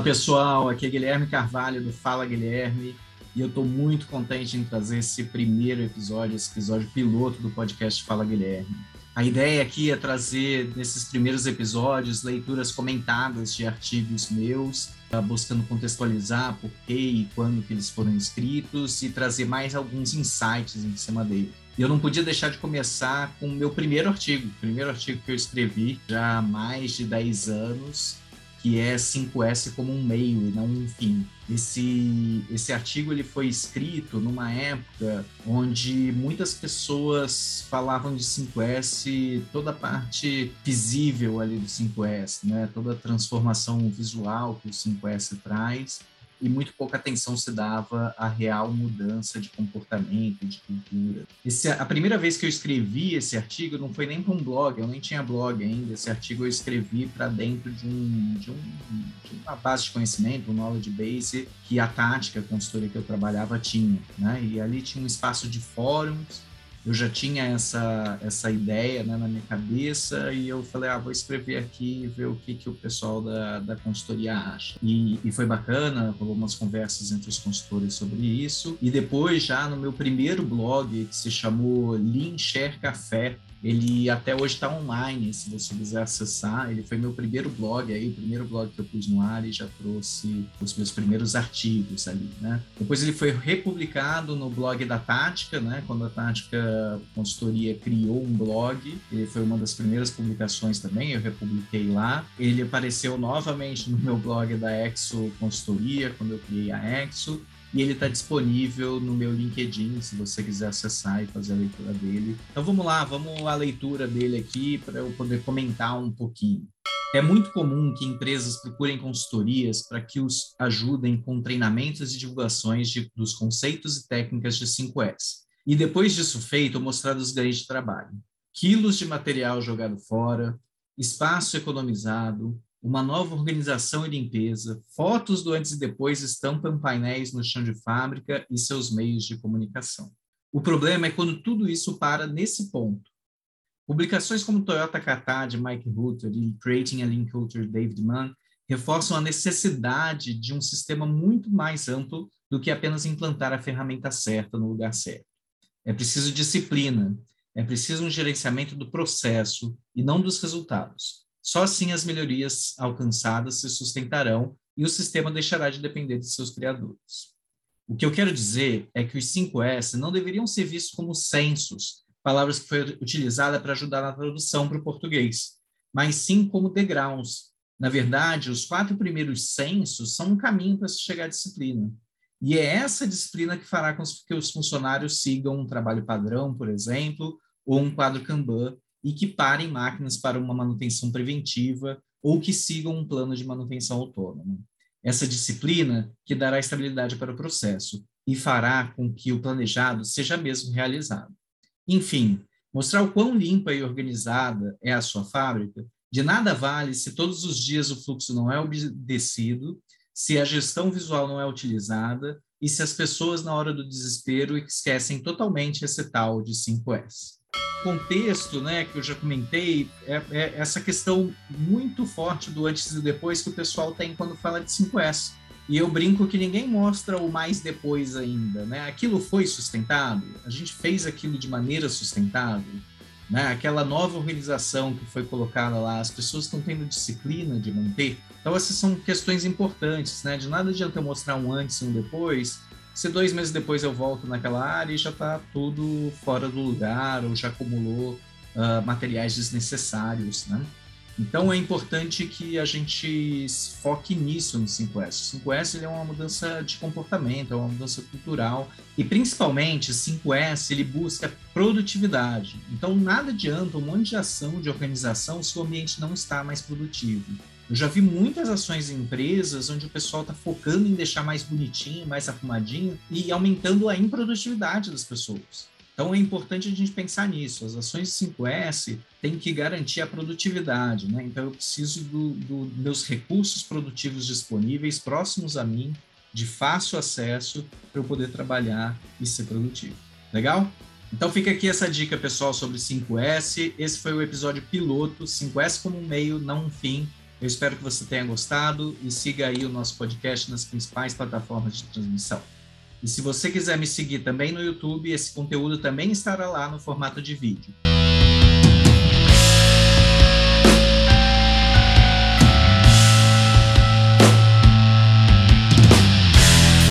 pessoal, aqui é Guilherme Carvalho do Fala Guilherme e eu estou muito contente em trazer esse primeiro episódio, esse episódio piloto do podcast Fala Guilherme. A ideia aqui é trazer, nesses primeiros episódios, leituras comentadas de artigos meus, buscando contextualizar por que e quando que eles foram escritos e trazer mais alguns insights em cima dele. E eu não podia deixar de começar com o meu primeiro artigo que eu escrevi já há mais de 10 anos, que é 5S como um meio e não um fim. Esse artigo ele foi escrito numa época onde muitas pessoas falavam de 5S, toda a parte visível ali do 5S, né? Toda a transformação visual que o 5S traz, e muito pouca atenção se dava à real mudança de comportamento, de cultura. A primeira vez que eu escrevi esse artigo não foi nem para um blog, eu nem tinha blog ainda. Esse artigo eu escrevi para dentro de uma base de conhecimento, um knowledge base, que a Tática, a consultoria que eu trabalhava, tinha, né? E ali tinha um espaço de fóruns. Eu já tinha essa ideia, né, na minha cabeça, e eu falei, vou escrever aqui e ver o que o pessoal da consultoria acha. E foi bacana, rolou umas conversas entre os consultores sobre isso. E depois, já no meu primeiro blog, que se chamou Lean Share Café, ele até hoje está online, se você quiser acessar. Ele foi meu primeiro blog, o primeiro blog que eu pus no ar, e já trouxe os meus primeiros artigos ali, né? Depois ele foi republicado no blog da Tática, né? Quando a Tática Consultoria criou um blog, ele foi uma das primeiras publicações também, eu republiquei lá. Ele apareceu novamente no meu blog da Exo Consultoria, quando eu criei a Exo. E ele está disponível no meu LinkedIn, se você quiser acessar e fazer a leitura dele. Então vamos lá, vamos à leitura dele aqui para eu poder comentar um pouquinho. É muito comum que empresas procurem consultorias para que os ajudem com treinamentos e divulgações dos conceitos e técnicas de 5S. E depois disso feito, mostrar os ganhos de trabalho. Quilos de material jogado fora, espaço economizado, uma nova organização e limpeza, fotos do antes e depois estampam painéis no chão de fábrica e seus meios de comunicação. O problema é quando tudo isso para nesse ponto. Publicações como Toyota Kata, de Mike Rutter, e Creating a Lean Culture, David Mann, reforçam a necessidade de um sistema muito mais amplo do que apenas implantar a ferramenta certa no lugar certo. É preciso disciplina, é preciso um gerenciamento do processo e não dos resultados. Só assim as melhorias alcançadas se sustentarão e o sistema deixará de depender de seus criadores. O que eu quero dizer é que os 5S não deveriam ser vistos como censos, palavras que foi utilizada para ajudar na tradução para o português, mas sim como degraus. Na verdade, os 4 primeiros censos são um caminho para se chegar à disciplina. E é essa disciplina que fará com que os funcionários sigam um trabalho padrão, por exemplo, ou um quadro Kanban, e que parem máquinas para uma manutenção preventiva ou que sigam um plano de manutenção autônoma. Essa disciplina que dará estabilidade para o processo e fará com que o planejado seja mesmo realizado. Enfim, mostrar o quão limpa e organizada é a sua fábrica, de nada vale se todos os dias o fluxo não é obedecido, se a gestão visual não é utilizada e se as pessoas, na hora do desespero, esquecem totalmente esse tal de 5S. Contexto, né, que eu já comentei, é essa questão muito forte do antes e depois que o pessoal tem quando fala de 5S. E eu brinco que ninguém mostra o mais depois ainda, né? Aquilo foi sustentado? A gente fez aquilo de maneira sustentável? Né? Aquela nova organização que foi colocada lá, as pessoas estão tendo disciplina de manter? Então essas são questões importantes, né? De nada adianta eu mostrar um antes e um depois, se 2 meses depois eu volto naquela área e já está tudo fora do lugar ou já acumulou materiais desnecessários, né? Então é importante que a gente foque nisso no 5S. O 5S ele é uma mudança de comportamento, é uma mudança cultural e principalmente o 5S ele busca produtividade. Então nada adianta um monte de ação de organização se o ambiente não está mais produtivo. Eu já vi muitas ações em empresas onde o pessoal está focando em deixar mais bonitinho, mais arrumadinho e aumentando a improdutividade das pessoas. Então é importante a gente pensar nisso. As ações de 5S têm que garantir a produtividade, né? Então eu preciso dos meus recursos produtivos disponíveis, próximos a mim, de fácil acesso, para eu poder trabalhar e ser produtivo. Legal? Então fica aqui essa dica, pessoal, sobre 5S. Esse foi o episódio piloto, 5S como um meio, não um fim. Eu espero que você tenha gostado e siga aí o nosso podcast nas principais plataformas de transmissão. E se você quiser me seguir também no YouTube, esse conteúdo também estará lá no formato de vídeo.